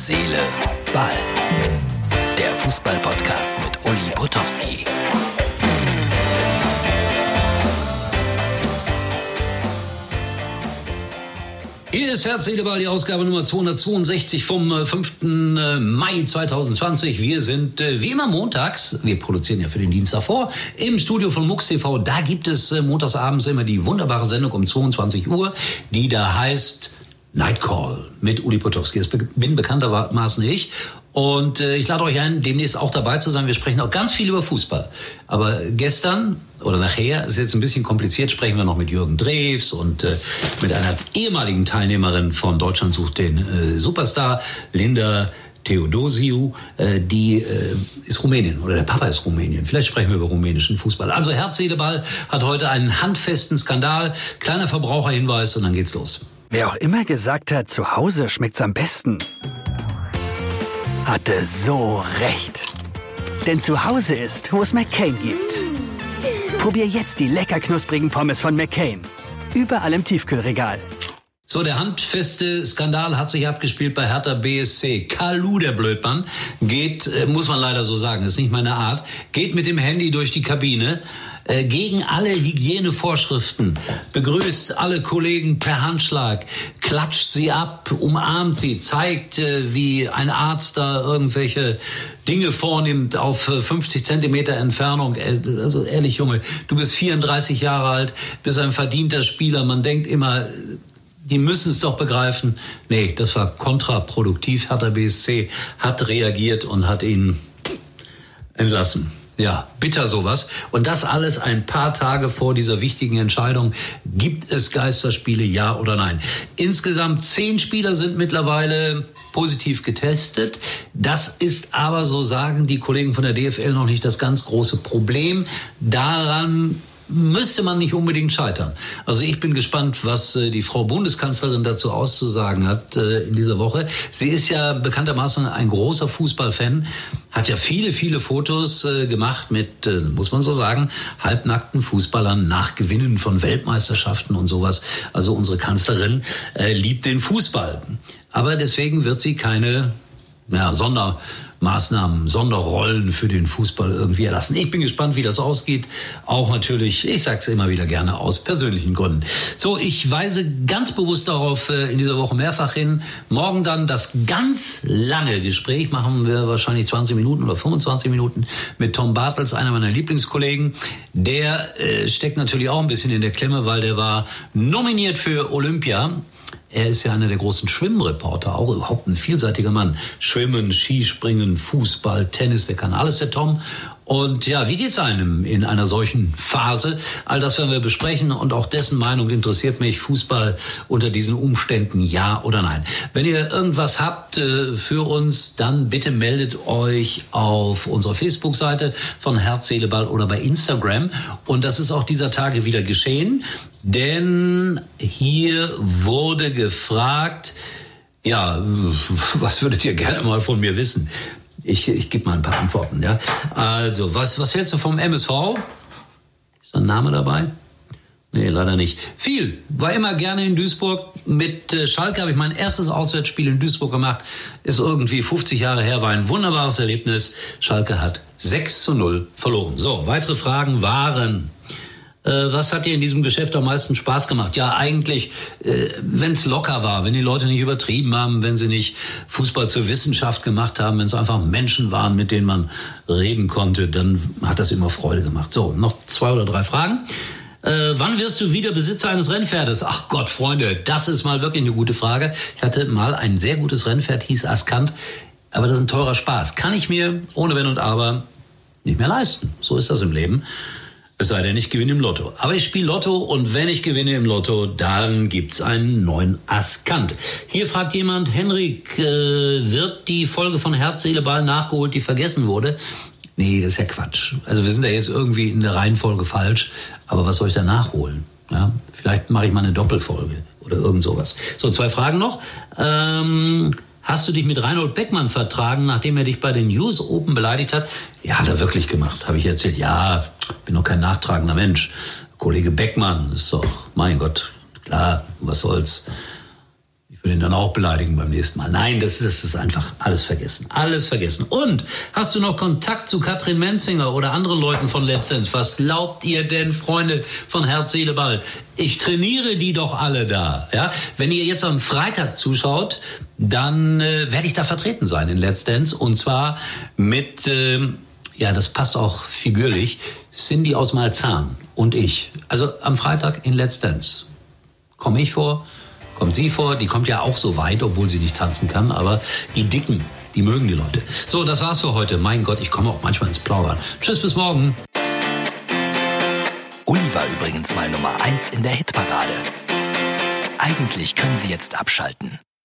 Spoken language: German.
Seele, Ball. Der Fußball-Podcast mit Uli Potowski. Hier ist Herz, Seele, Ball, die Ausgabe Nummer 262 vom 5. Mai 2020. Wir sind wie immer montags, wir produzieren ja für den Dienstag vor, im Studio von MUX TV. Da gibt es montagsabends immer die wunderbare Sendung um 22 Uhr, die da heißt Night Call mit Uli Potowski. Das bin bekanntermaßen ich. Und ich lade euch ein, demnächst auch dabei zu sein. Wir sprechen auch ganz viel über Fußball. Aber gestern oder nachher, ist jetzt ein bisschen kompliziert, sprechen wir noch mit Jürgen Drews und mit einer ehemaligen Teilnehmerin von Deutschland sucht den Superstar, Linda Theodosiu, die ist Rumänin oder der Papa ist Rumänien. Vielleicht sprechen wir über rumänischen Fußball. Also Herz, Seele, Ball hat heute einen handfesten Skandal. Kleiner Verbraucherhinweis und dann geht's los. Wer auch immer gesagt hat, zu Hause schmeckt's am besten, hatte so recht. Denn zu Hause ist, wo es McCain gibt. Probier jetzt die lecker knusprigen Pommes von McCain. Überall im Tiefkühlregal. So, der handfeste Skandal hat sich abgespielt bei Hertha BSC. Kalu, der Blödmann, geht, muss man leider so sagen, ist nicht meine Art, geht mit dem Handy durch die Kabine, gegen alle Hygienevorschriften, begrüßt alle Kollegen per Handschlag, klatscht sie ab, umarmt sie, zeigt, wie ein Arzt da irgendwelche Dinge vornimmt auf 50 Zentimeter Entfernung. Also ehrlich, Junge, du bist 34 Jahre alt, bist ein verdienter Spieler. Man denkt immer, die müssen es doch begreifen. Nee, das war kontraproduktiv. Hertha BSC hat reagiert und hat ihn entlassen. Ja, bitter sowas. Und das alles ein paar Tage vor dieser wichtigen Entscheidung. Gibt es Geisterspiele, ja oder nein? Insgesamt 10 Spieler sind mittlerweile positiv getestet. Das ist aber, so sagen die Kollegen von der DFL, noch nicht das ganz große Problem. Daran müsste man nicht unbedingt scheitern. Also ich bin gespannt, was die Frau Bundeskanzlerin dazu auszusagen hat in dieser Woche. Sie ist ja bekanntermaßen ein großer Fußballfan, hat ja viele Fotos gemacht mit, muss man so sagen, halbnackten Fußballern nach Gewinnen von Weltmeisterschaften und sowas. Also unsere Kanzlerin liebt den Fußball. Aber deswegen wird sie keine Sondermaßnahmen, Sonderrollen für den Fußball irgendwie erlassen. Ich bin gespannt, wie das ausgeht. Auch natürlich, ich sag's immer wieder gerne, aus persönlichen Gründen. So, ich weise ganz bewusst darauf in dieser Woche mehrfach hin. Morgen dann das ganz lange Gespräch, machen wir wahrscheinlich 20 Minuten oder 25 Minuten mit Tom Bartels, einer meiner Lieblingskollegen. Der steckt natürlich auch ein bisschen in der Klemme, weil der war nominiert für Olympia. Er ist ja einer der großen Schwimmreporter, auch überhaupt ein vielseitiger Mann. Schwimmen, Skispringen, Fußball, Tennis, der kann alles, der Tom. Und ja, wie geht's einem in einer solchen Phase? All das werden wir besprechen und auch dessen Meinung interessiert mich. Fußball unter diesen Umständen, ja oder nein? Wenn ihr irgendwas habt für uns, dann bitte meldet euch auf unserer Facebook-Seite von Herz, Seele, Ball oder bei Instagram. Und das ist auch dieser Tage wieder geschehen, denn hier wurde gefragt, ja, was würdet ihr gerne mal von mir wissen? Ich gebe mal ein paar Antworten, ja. Also, was hältst du vom MSV? Ist da ein Name dabei? Nee, leider nicht. Viel. War immer gerne in Duisburg. Mit Schalke habe ich mein erstes Auswärtsspiel in Duisburg gemacht. Ist irgendwie 50 Jahre her, war ein wunderbares Erlebnis. Schalke hat 6-0 verloren. So, weitere Fragen waren: Was hat dir in diesem Geschäft am meisten Spaß gemacht? Ja, eigentlich, wenn es locker war, wenn die Leute nicht übertrieben haben, wenn sie nicht Fußball zur Wissenschaft gemacht haben, wenn es einfach Menschen waren, mit denen man reden konnte, dann hat das immer Freude gemacht. So, noch 2 oder 3 Fragen. Wann wirst du wieder Besitzer eines Rennpferdes? Ach Gott, Freunde, das ist mal wirklich eine gute Frage. Ich hatte mal ein sehr gutes Rennpferd, hieß Askant, aber das ist ein teurer Spaß. Kann ich mir ohne Wenn und Aber nicht mehr leisten. So ist das im Leben. Es sei denn, ich gewinne im Lotto. Aber ich spiele Lotto und wenn ich gewinne im Lotto, dann gibt's einen neuen Askant. Hier fragt jemand, Henrik, wird die Folge von Herz, Seele, Ball nachgeholt, die vergessen wurde? Nee, das ist ja Quatsch. Also wir sind ja jetzt irgendwie in der Reihenfolge falsch. Aber was soll ich da nachholen? Ja, vielleicht mache ich mal eine Doppelfolge oder irgend sowas. So, 2 Fragen noch. Hast du dich mit Reinhold Beckmann vertragen, nachdem er dich bei den US Open beleidigt hat? Ja, hat er wirklich gemacht, habe ich erzählt. Ja, bin doch kein nachtragender Mensch. Kollege Beckmann ist doch, mein Gott, klar, was soll's. Ich würde ihn dann auch beleidigen beim nächsten Mal. Nein, das ist einfach alles vergessen. Alles vergessen. Und hast du noch Kontakt zu Katrin Menzinger oder anderen Leuten von Let's Dance? Was glaubt ihr denn, Freunde von Herz, Seele, Ball? Ich trainiere die doch alle da. Ja? Wenn ihr jetzt am Freitag zuschaut, dann werde ich da vertreten sein in Let's Dance. Und zwar mit, das passt auch figürlich, Cindy aus Malzahn und ich. Also am Freitag in Let's Dance. Komme ich vor? Kommt sie vor, die kommt ja auch so weit, obwohl sie nicht tanzen kann, aber die Dicken, die mögen die Leute. So, das war's für heute. Mein Gott, ich komme auch manchmal ins Plaudern. Tschüss, bis morgen. Uli war übrigens mal Nummer 1 in der Hitparade. Eigentlich können Sie jetzt abschalten.